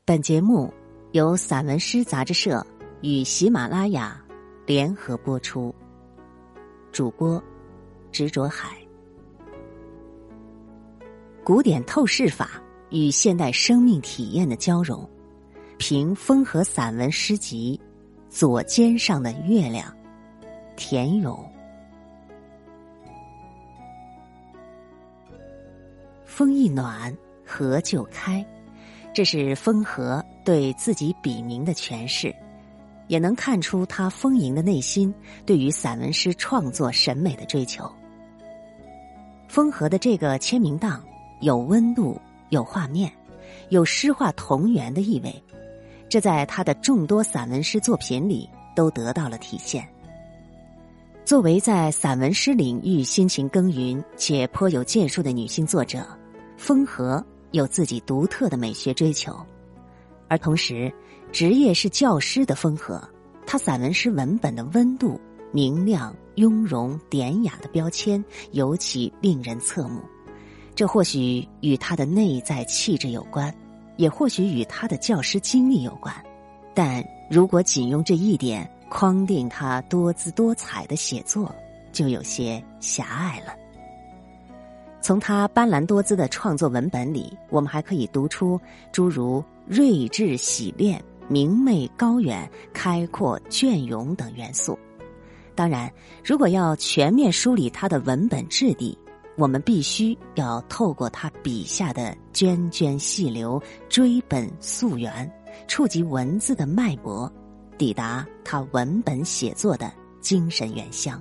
本节目由散文诗杂志社与喜马拉雅联合播出，主播执着海。古典透视法与现代生命体验的交融，评风和散文诗集《左肩上的月亮》，田咏。风一暖，荷就开，这是风和对自己笔名的诠释，也能看出他丰盈的内心对于散文诗创作审美的追求。风和的这个签名档有温度，有画面，有诗画同源的意味，这在他的众多散文诗作品里都得到了体现。作为在散文诗领域辛勤耕耘且颇有建树的女性作者，风和有自己独特的美学追求，而同时职业是教师的风和，他散文诗文本的温度、明亮、雍容、典雅的标签尤其令人侧目。这或许与他的内在气质有关，也或许与他的教师经历有关，但如果仅用这一点框定他多姿多彩的写作，就有些狭隘了。从他斑斓多姿的创作文本里，我们还可以读出诸如睿智洗练、明媚高远、开阔隽永等元素。当然，如果要全面梳理他的文本质地，我们必须要透过他笔下的涓涓细流，追本溯源，触及文字的脉搏，抵达他文本写作的精神原乡。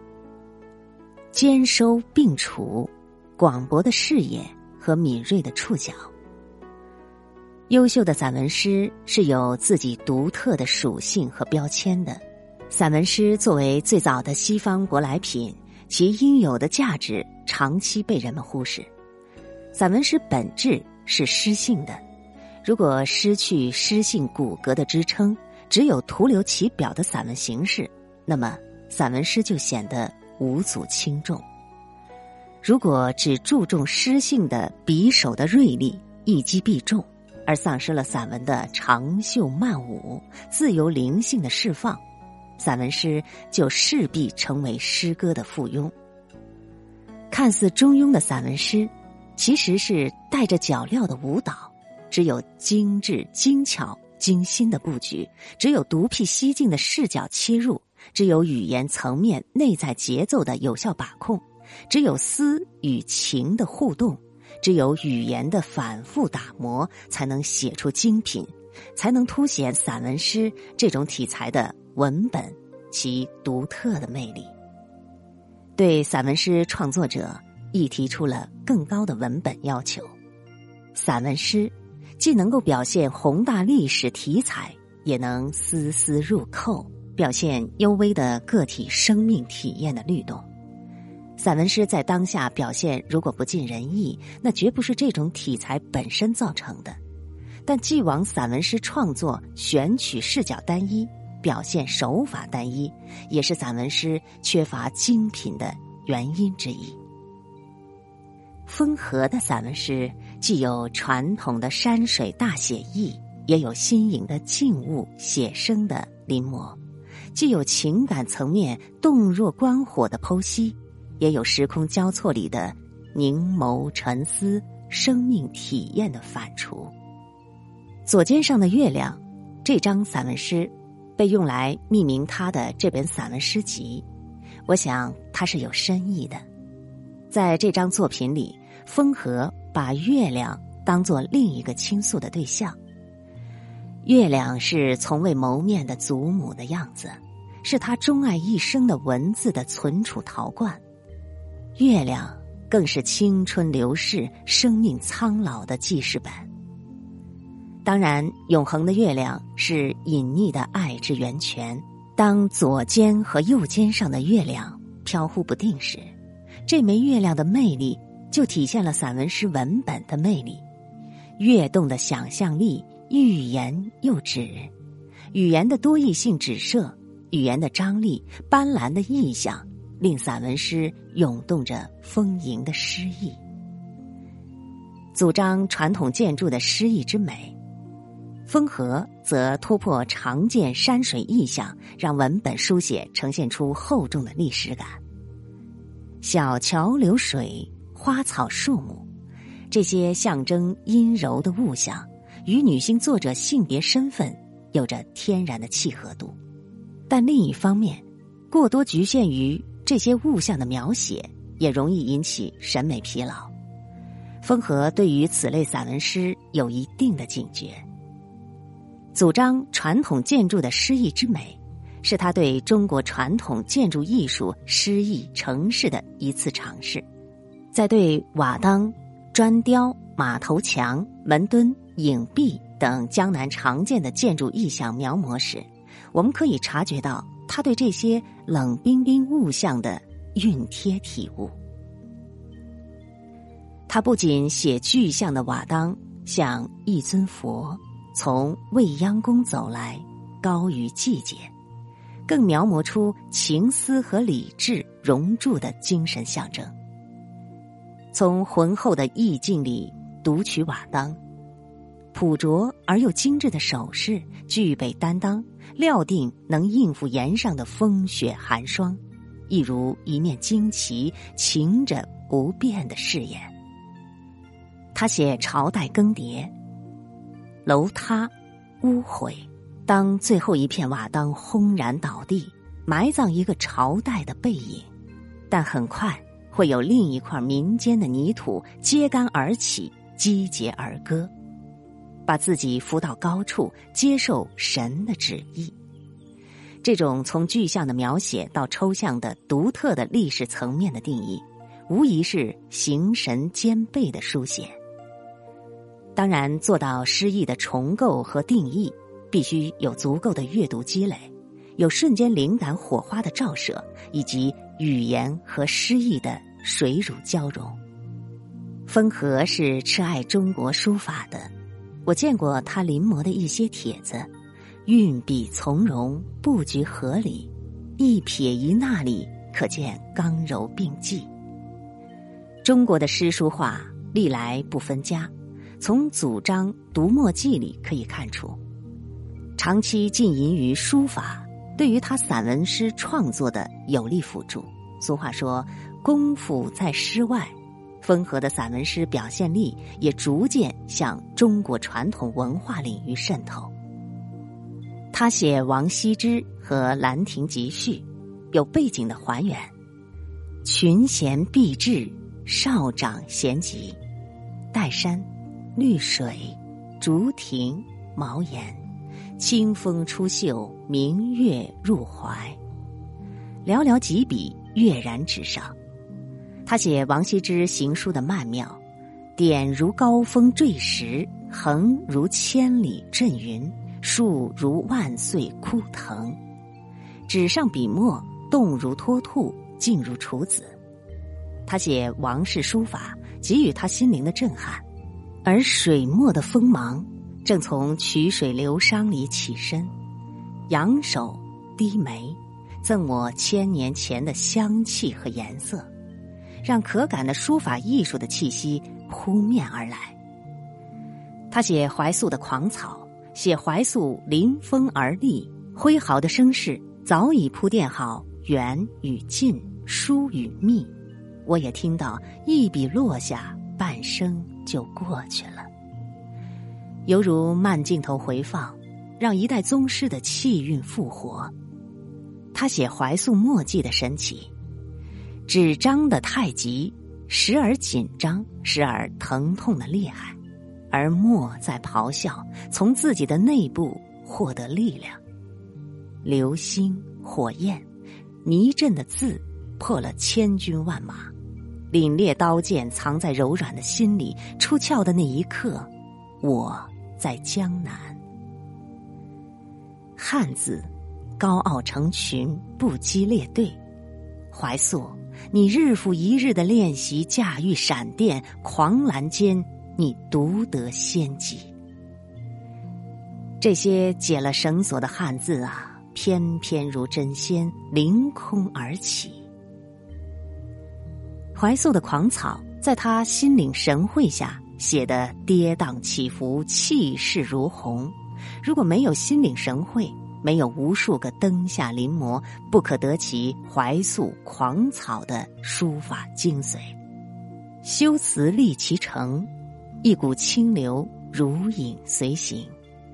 兼收并处，广博的视野和敏锐的触角。优秀的散文诗是有自己独特的属性和标签的。散文诗作为最早的西方舶来品，其应有的价值长期被人们忽视。散文诗本质是诗性的，如果失去诗性骨骼的支撑，只有徒留其表的散文形式，那么散文诗就显得无足轻重。如果只注重诗性的笔手的锐利，一击必中，而丧失了散文的长袖漫舞、自由灵性的释放，散文诗就势必成为诗歌的附庸。看似中庸的散文诗，其实是带着脚镣的舞蹈，只有精致、精巧、精心的布局，只有独辟蹊径的视角切入，只有语言层面内在节奏的有效把控，只有思与情的互动，只有语言的反复打磨，才能写出精品，才能凸显散文诗这种题材的文本其独特的魅力。对散文诗创作者亦提出了更高的文本要求。散文诗既能够表现宏大历史题材，也能丝丝入扣，表现幽微的个体生命体验的律动。散文诗在当下表现如果不尽人意，那绝不是这种题材本身造成的。但既往散文诗创作选取视角单一，表现手法单一，也是散文诗缺乏精品的原因之一。风和的散文诗既有传统的山水大写意，也有新颖的静物写生的临摹，既有情感层面动若观火的剖析，也有时空交错里的凝眸沉思、生命体验的反刍。左肩上的月亮这张散文诗被用来命名他的这本散文诗集，我想它是有深意的。在这张作品里，风和把月亮当作另一个倾诉的对象。月亮是从未谋面的祖母的样子，是他钟爱一生的文字的存储陶罐。月亮更是青春流逝、生命苍老的记事本。当然，永恒的月亮是隐匿的爱之源泉。当左肩和右肩上的月亮飘忽不定时，这枚月亮的魅力就体现了散文诗文本的魅力。跃动的想象力欲言又止，语言的多义性指涉，语言的张力、斑斓的意象，令散文诗涌动着丰盈的诗意。主张传统建筑的诗意之美， 风和则突破常见山水意象，让文本书写呈现出厚重的历史感。小桥流水、花草树木，这些象征阴柔的物象，与女性作者性别身份有着天然的契合度。但另一方面，过多局限于这些物象的描写，也容易引起审美疲劳。风和对于此类散文诗有一定的警觉，主张传统建筑的诗意之美，是他对中国传统建筑艺术诗意呈示的一次尝试。在对瓦当、砖雕、马头墙、门墩、影壁等江南常见的建筑意象描摹时，我们可以察觉到他对这些冷冰冰物象的熨贴体悟。他不仅写具象的瓦当像一尊佛从未央宫走来，高于季节，更描摹出情思和理智融铸的精神象征。从浑厚的意境里读取瓦当，朴拙而又精致的手势具备担当，料定能应付檐上的风雪寒霜，一如一面旌旗，擎着不变的誓言。他写朝代更迭，楼塌屋毁，当最后一片瓦当轰然倒地，埋葬一个朝代的背影，但很快会有另一块民间的泥土揭竿而起，击节而歌，把自己扶到高处，接受神的旨意。这种从具象的描写到抽象的独特的历史层面的定义，无疑是形神兼备的书写。当然，做到诗意的重构和定义，必须有足够的阅读积累，有瞬间灵感火花的照射，以及语言和诗意的水乳交融。风和是挚爱中国书法的，我见过他临摹的一些帖子，运笔从容，布局合理，一撇一捺里可见刚柔并济。中国的诗书画历来不分家，从祖章读墨记里可以看出，长期浸淫于书法，对于他散文诗创作的有力辅助。俗话说，功夫在诗外，风和的散文诗表现力也逐渐向中国传统文化领域渗透。他写王羲之和《兰亭集序》，有背景的还原，群贤毕至，少长咸集，岱山、绿水、竹亭、茅檐，清风出岫，明月入怀，寥寥几笔跃然纸上。他写王羲之行书的曼妙，点如高峰坠石，横如千里阵云，竖如万岁枯藤，纸上笔墨动如脱兔，静如处子。他写王氏书法，给予他心灵的震撼，而水墨的锋芒正从曲水流觞里起身，扬手低眉，赠我1000年前的香气和颜色，让可感的书法艺术的气息扑面而来。他写怀素的狂草，写怀素临风而立，挥毫的声势早已铺垫好远与近，疏与密，我也听到一笔落下，半生就过去了，犹如慢镜头回放，让一代宗师的气韵复活。他写怀素墨迹的神奇，纸张的太极，时而紧张，时而疼痛的厉害，而墨在咆哮，从自己的内部获得力量。流星、火焰、泥阵的字破了千军万马，凛冽刀剑藏在柔软的心里，出鞘的那一刻，我在江南。汉字高傲成群，不羁列队。怀素，你日复一日的练习驾驭闪电，狂澜间你独得先机。这些解了绳索的汉字啊，翩翩如真仙，凌空而起。怀素的狂草在他心领神会下写得跌宕起伏，气势如虹， 如果没有心领神会，没有无数个灯下临摹不可得其怀素狂草的书法精髓，修辞立其成，一股清流如影随形。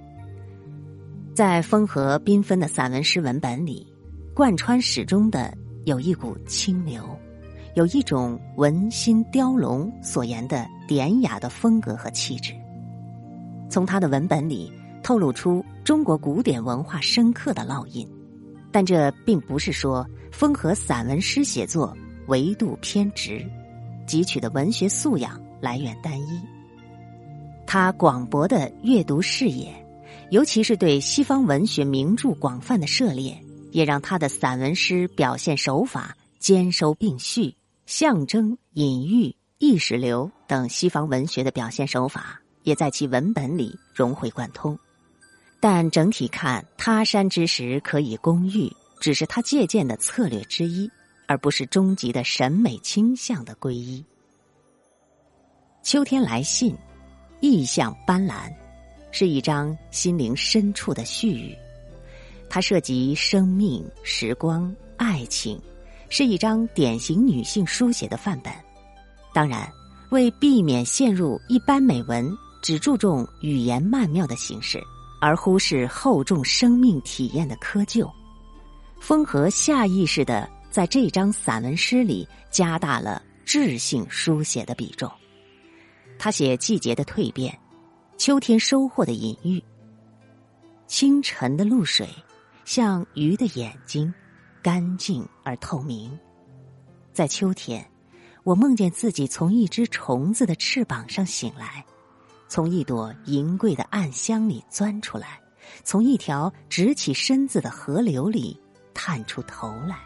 在丰和缤纷的散文诗文本里，贯穿始终的有一股清流，有一种文心雕龙所言的典雅的风格和气质。从他的文本里透露出中国古典文化深刻的烙印，但这并不是说丰和散文诗写作维度偏执，汲取的文学素养来源单一。他广博的阅读视野，尤其是对西方文学名著广泛的涉猎，也让他的散文诗表现手法兼收并蓄，象征、隐喻、意识流等西方文学的表现手法也在其文本里融会贯通。但整体看，他山之石可以攻玉只是他借鉴的策略之一，而不是终极的审美倾向的归一。秋天来信，意象斑斓，是一张心灵深处的絮语。它涉及生命、时光、爱情，是一张典型女性书写的范本。当然，为避免陷入一般美文只注重语言曼妙的形式，而忽视厚重生命体验的窠臼，丰和下意识地在这张散文诗里加大了质性书写的比重。他写季节的蜕变，秋天收获的隐喻。清晨的露水像鱼的眼睛，干净而透明。在秋天，我梦见自己从一只虫子的翅膀上醒来，从一朵银桂的暗香里钻出来，从一条直起身子的河流里探出头来。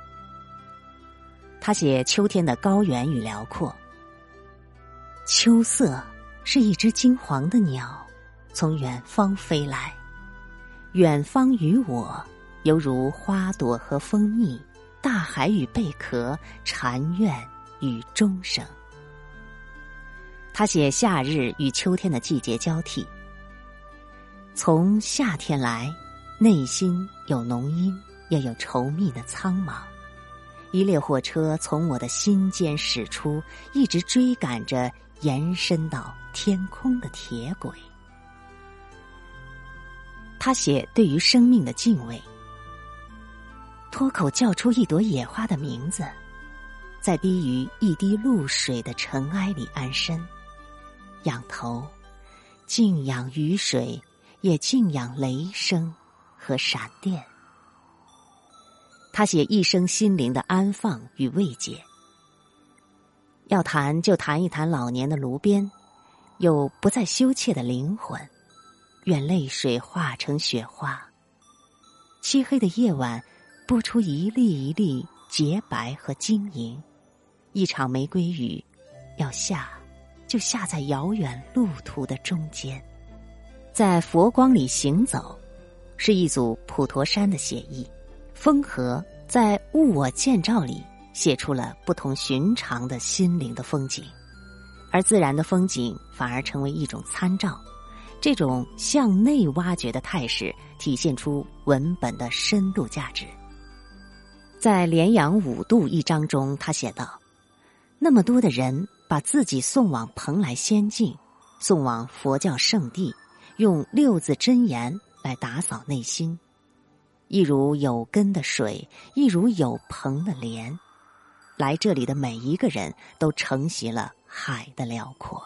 他写秋天的高原与辽阔。秋色是一只金黄的鸟从远方飞来，远方与我犹如花朵和蜂蜜，大海与贝壳，禅院与钟声。他写夏日与秋天的季节交替。从夏天来，内心有浓阴，也有稠密的苍茫。一列火车从我的心间驶出，一直追赶着延伸到天空的铁轨。他写对于生命的敬畏，脱口叫出一朵野花的名字，在低于一滴露水的尘埃里安身，仰头敬仰雨水，也敬仰雷声和闪电。他写一生心灵的安放与慰藉。要谈就谈一谈老年的炉边，有不再羞怯的灵魂，愿泪水化成雪花。漆黑的夜晚拨出一粒一粒洁白和晶莹，一场玫瑰雨要下，就下在遥远路途的中间。在佛光里行走，是一组普陀山的写意。丰和在物我见照里写出了不同寻常的心灵的风景，而自然的风景反而成为一种参照。这种向内挖掘的态势体现出文本的深度价值。在连阳五度一章中，他写道：那么多的人把自己送往蓬莱仙境，送往佛教圣地，用六字真言来打扫内心，一如有根的水，一如有蓬的莲。来这里的每一个人都承袭了海的辽阔。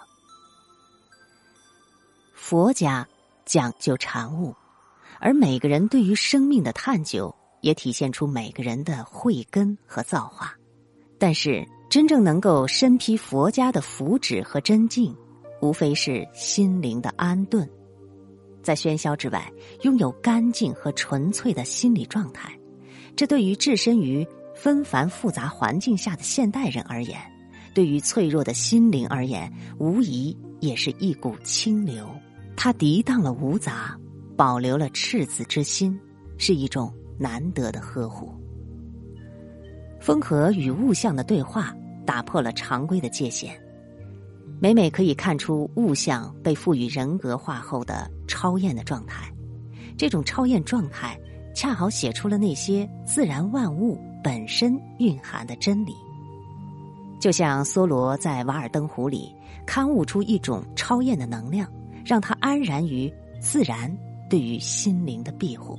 佛家讲究禅悟，而每个人对于生命的探究也体现出每个人的慧根和造化。但是真正能够身披佛家的福祉和真境，无非是心灵的安顿。在喧嚣之外，拥有干净和纯粹的心理状态，这对于置身于纷繁复杂环境下的现代人而言，对于脆弱的心灵而言，无疑也是一股清流。它涤荡了无杂，保留了赤子之心，是一种难得的呵护。丰和与物象的对话打破了常规的界限。 每每可以看出物象被赋予人格化后的超验的状态。这种超验状态恰好写出了那些自然万物本身蕴含的真理。就像梭罗在《瓦尔登湖》里刊物出一种超验的能量，让他安然于自然对于心灵的庇护。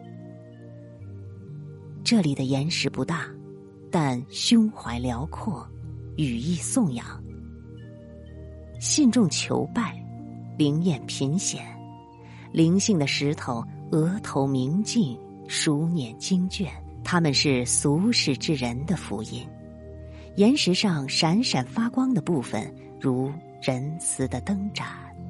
这里的岩石不大，但胸怀辽阔，语意颂扬。信众求拜，灵验频显，灵性的石头额头明镜，熟念经卷，他们是俗世之人的福音。岩石上闪闪发光的部分，如仁慈的灯盏。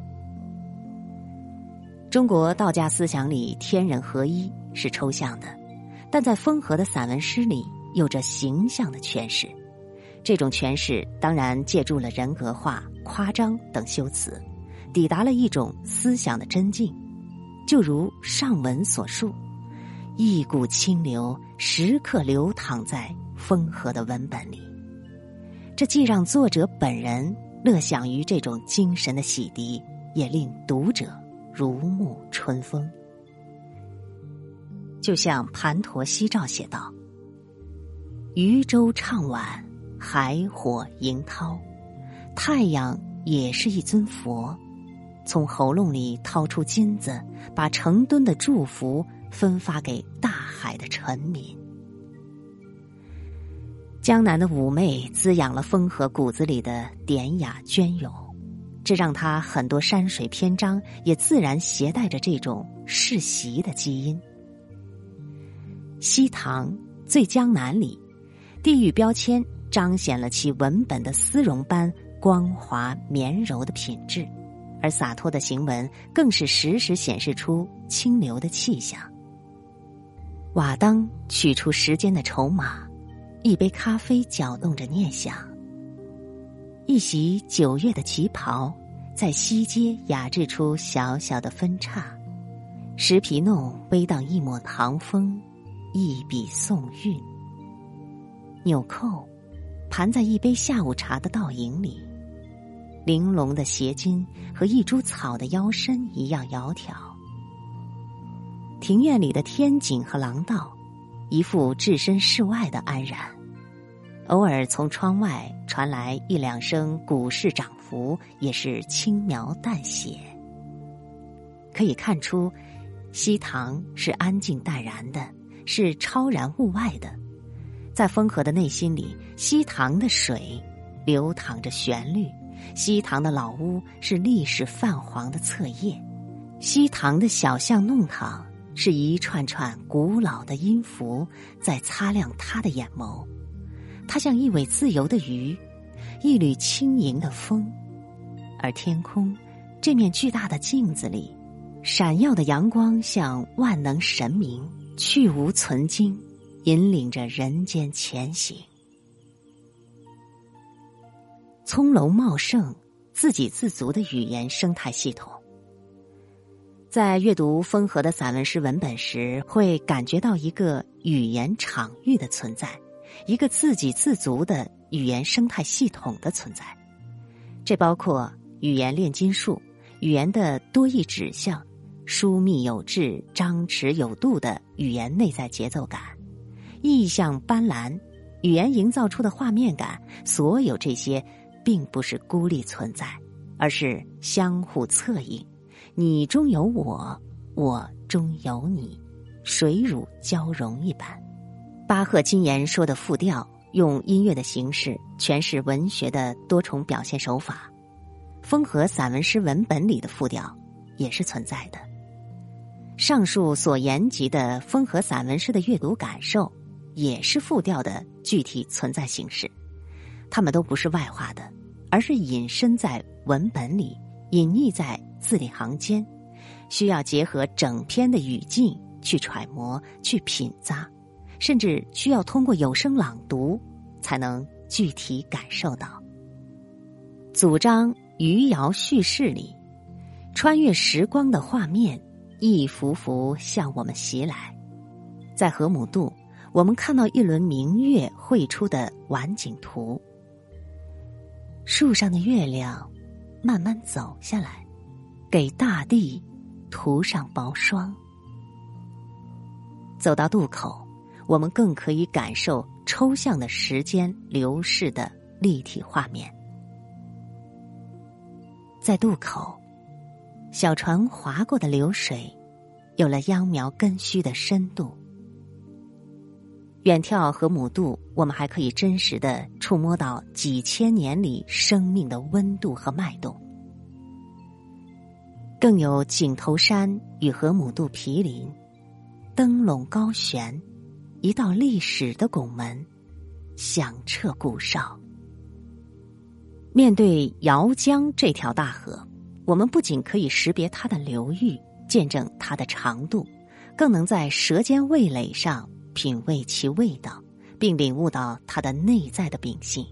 中国道家思想里，天人合一是抽象的，但在风和的散文诗里有着形象的诠释。这种诠释当然借助了人格化、夸张等修辞，抵达了一种思想的真境。就如上文所述，一股清流时刻流淌在风和的文本里，这既让作者本人乐享于这种精神的洗涤，也令读者如沐春风。就像盘陀西照写道：渔舟唱晚，海火迎涛，太阳也是一尊佛，从喉咙里掏出金子，把成吨的祝福分发给大海的臣民。江南的妩媚滋养了风和骨子里的典雅隽永，这让他很多山水篇章也自然携带着这种世袭的基因。西塘醉江南里，地域标签彰显了其文本的丝绒般光滑绵柔的品质，而洒脱的行文更是时时显示出清流的气象。瓦当取出时间的筹码，一杯咖啡搅动着念想，一袭9月的旗袍在西街雅致出小小的分叉，石皮弄微荡一抹唐风，一笔宋韵。纽扣盘在一杯下午茶的倒影里，玲珑的鞋襟和一株草的腰身一样窈窕。庭院里的天井和廊道，一副置身事外的安然。偶尔从窗外传来1-2声古式掌符，也是轻描淡写。可以看出，西塘是安静淡然的，是超然物外的。在风和的内心里，西塘的水流淌着旋律，西塘的老屋是历史泛黄的册页，西塘的小巷弄堂是一串串古老的音符在擦亮他的眼眸。它像一尾自由的鱼，一缕轻盈的风，而天空这面巨大的镜子里，闪耀的阳光像万能神明，去无存精，引领着人间前行。葱茏茂盛、自给自足的语言生态系统。在阅读风和的散文诗文本时，会感觉到一个语言场域的存在，一个自给自足的语言生态系统的存在。这包括语言炼金术、语言的多义指向、疏密有致、张弛有度的语言内在节奏感、意象斑斓、语言营造出的画面感，所有这些并不是孤立存在，而是相互策应，你中有我，我中有你，水乳交融一般。巴赫金言说的复调，用音乐的形式诠释文学的多重表现手法。风和散文诗文本里的复调也是存在的。上述所言及的风和散文诗的阅读感受，也是复调的具体存在形式。它们都不是外化的，而是隐身在文本里，隐匿在字里行间，需要结合整篇的语境去揣摩、去品咂，甚至需要通过有声朗读才能具体感受到。主张余姚叙事里，穿越时光的画面一幅幅向我们袭来。在河姆渡，我们看到一轮明月绘出的晚景图，树上的月亮慢慢走下来，给大地涂上薄霜。走到渡口，我们更可以感受抽象的时间流逝的立体画面。在渡口，小船划过的流水有了秧苗根须的深度。远眺河姆渡，我们还可以真实地触摸到几千年里生命的温度和脉动。更有井头山与河姆渡毗邻，灯笼高悬，一道历史的拱门，响彻古少。面对姚江这条大河，我们不仅可以识别它的流域，见证它的长度，更能在舌尖味蕾上品味其味道，并领悟到它的内在的秉性。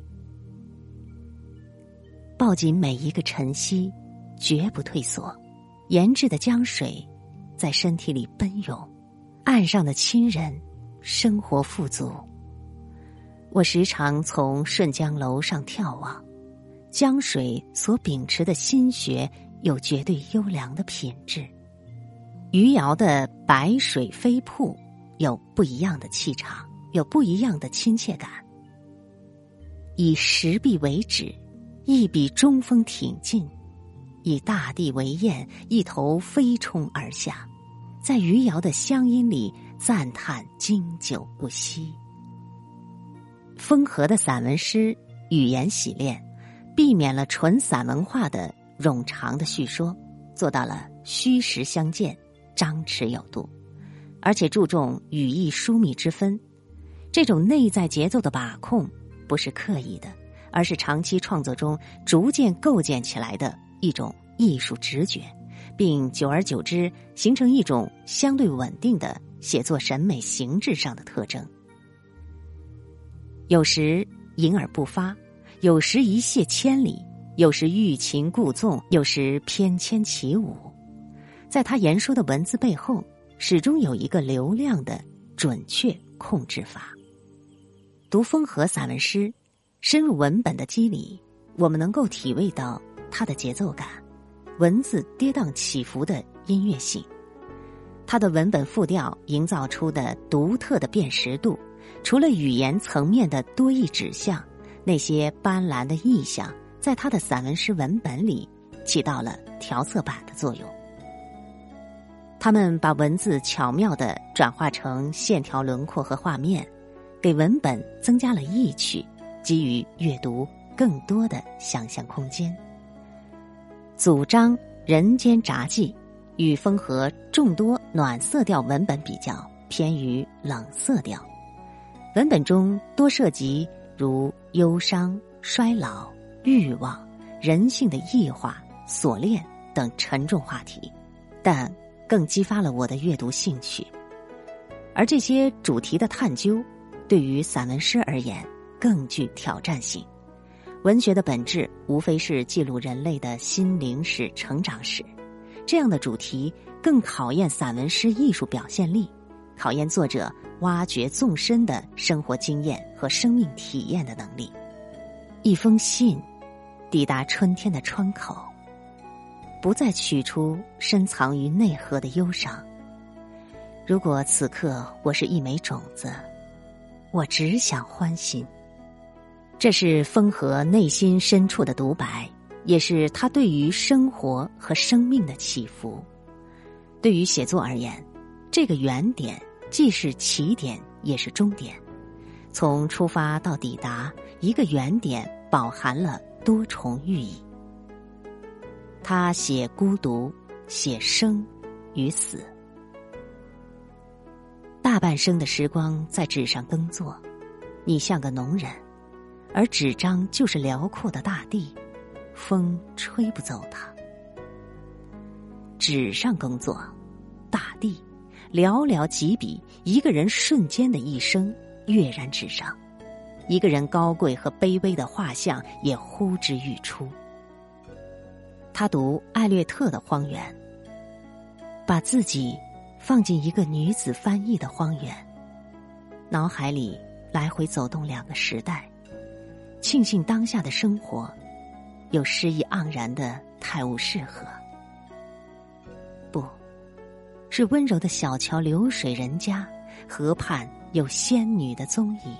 抱紧每一个晨曦，绝不退缩。研制的江水在身体里奔涌，岸上的亲人生活富足。我时常从顺江楼上眺望，江水所秉持的心学有绝对优良的品质。余姚的白水飞瀑有不一样的气场，有不一样的亲切感。以石壁为止，一笔中锋挺进，以大地为焰，一头飞冲而下，在余姚的乡音里赞叹经久不息。风和的散文诗语言洗练，避免了纯散文化的冗长的叙说，做到了虚实相间，张弛有度，而且注重语义疏密之分。这种内在节奏的把控不是刻意的，而是长期创作中逐渐构建起来的一种艺术直觉，并久而久之形成一种相对稳定的写作审美形制上的特征。有时隐而不发，有时一泻千里，有时欲擒故纵，有时翩跹起舞。在他言说的文字背后，始终有一个流量的准确控制法。读风和散文诗，深入文本的肌理，我们能够体味到它的节奏感，文字跌宕起伏的音乐性。它的文本复调营造出的独特的辨识度，除了语言层面的多义指向，那些斑斓的意象在他的散文诗文本里起到了调色板的作用。他们把文字巧妙地转化成线条轮廓和画面，给文本增加了意趣，给予阅读更多的想象空间。祖章《人间札记》与风和众多暖色调文本比较，偏于冷色调。文本中多涉及如忧伤、衰老、欲望、人性的异化、锁链等沉重话题，但更激发了我的阅读兴趣。而这些主题的探究，对于散文诗而言更具挑战性。文学的本质无非是记录人类的心灵史、成长史，这样的主题更考验散文诗艺术表现力，考验作者挖掘纵深的生活经验和生命体验的能力。一封信抵达春天的窗口，不再取出深藏于内核的忧伤。如果此刻我是一枚种子，我只想欢欣。这是风和内心深处的独白，也是他对于生活和生命的起伏。对于写作而言，这个原点既是起点也是终点，从出发到抵达，一个原点饱含了多重寓意。他写孤独，写生与死。大半生的时光在纸上耕作，你像个农人，而纸张就是辽阔的大地，风吹不走它。纸上耕作，大地，寥寥几笔，一个人瞬间的一生跃然纸上，一个人高贵和卑微的画像也呼之欲出。他读艾略特的《荒原》，把自己放进一个女子翻译的荒原，脑海里来回走动两个时代，庆幸当下的生活， 又诗意盎然的泰晤士河。不，是温柔的小桥流水人家，河畔有仙女的踪影。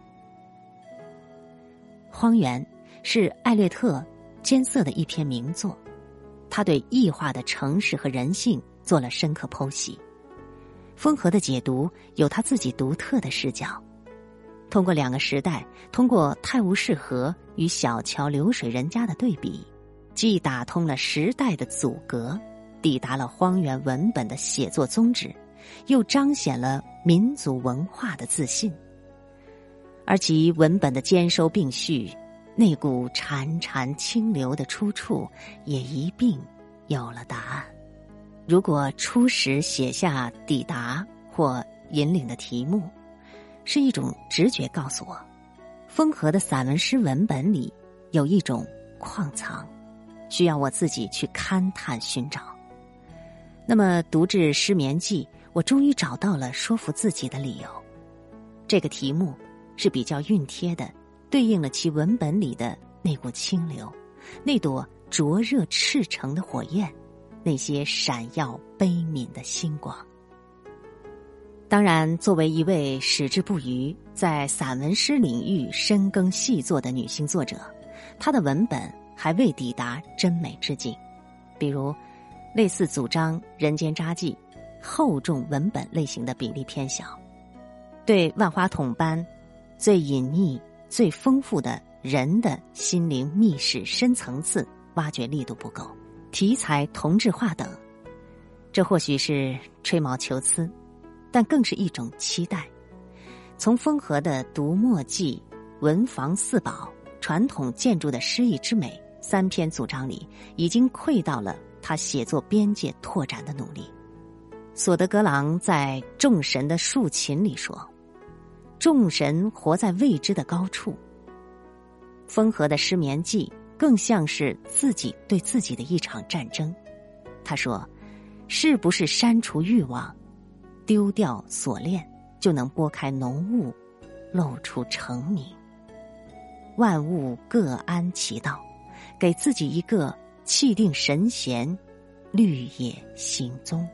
荒原是艾略特艰涩的一篇名作，他对异化的城市和人性做了深刻剖析。风河的解读有他自己独特的视角，通过两个时代，通过泰晤士河与小桥流水人家的对比，既打通了时代的阻隔，抵达了荒原文本的写作宗旨，又彰显了民族文化的自信。而其文本的兼收并蓄，那股潺潺清流的出处也一并有了答案。如果初时写下抵达或引领的题目，是一种直觉告诉我，风河的散文诗文本里有一种矿藏，需要我自己去勘探寻找。那么读至《失眠记》，我终于找到了说服自己的理由。这个题目是比较熨贴的，对应了其文本里的那股清流，那朵灼热赤诚的火焰，那些闪耀悲悯的星光。当然，作为一位矢志不渝，在散文诗领域深耕细作的女性作者，她的文本还未抵达真美之境。比如类似主张《人间札记》厚重文本类型的比例偏小，对万花筒般最隐秘最丰富的人的心灵密室深层次挖掘力度不够，题材同质化等。这或许是吹毛求疵，但更是一种期待。从风河的读墨记、文房四宝、传统建筑的诗意之美3篇组章里，已经窥到了他写作边界拓展的努力。索德格朗在《众神的竖琴》里说，众神活在未知的高处。风河的《失眠记》更像是自己对自己的一场战争。他说，是不是删除欲望，丢掉锁链，就能拨开浓雾，露出成名？万物各安其道，给自己一个气定神闲，绿野行踪。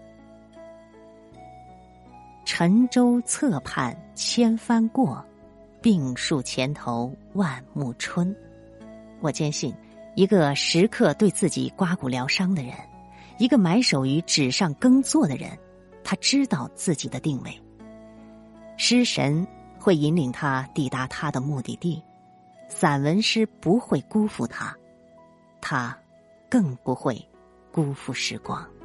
沉舟侧畔千帆过，病树前头万木春。我坚信，一个时刻对自己刮骨疗伤的人，一个埋首于纸上耕作的人，他知道自己的定位。诗神会引领他抵达他的目的地，散文诗不会辜负他，他更不会辜负时光。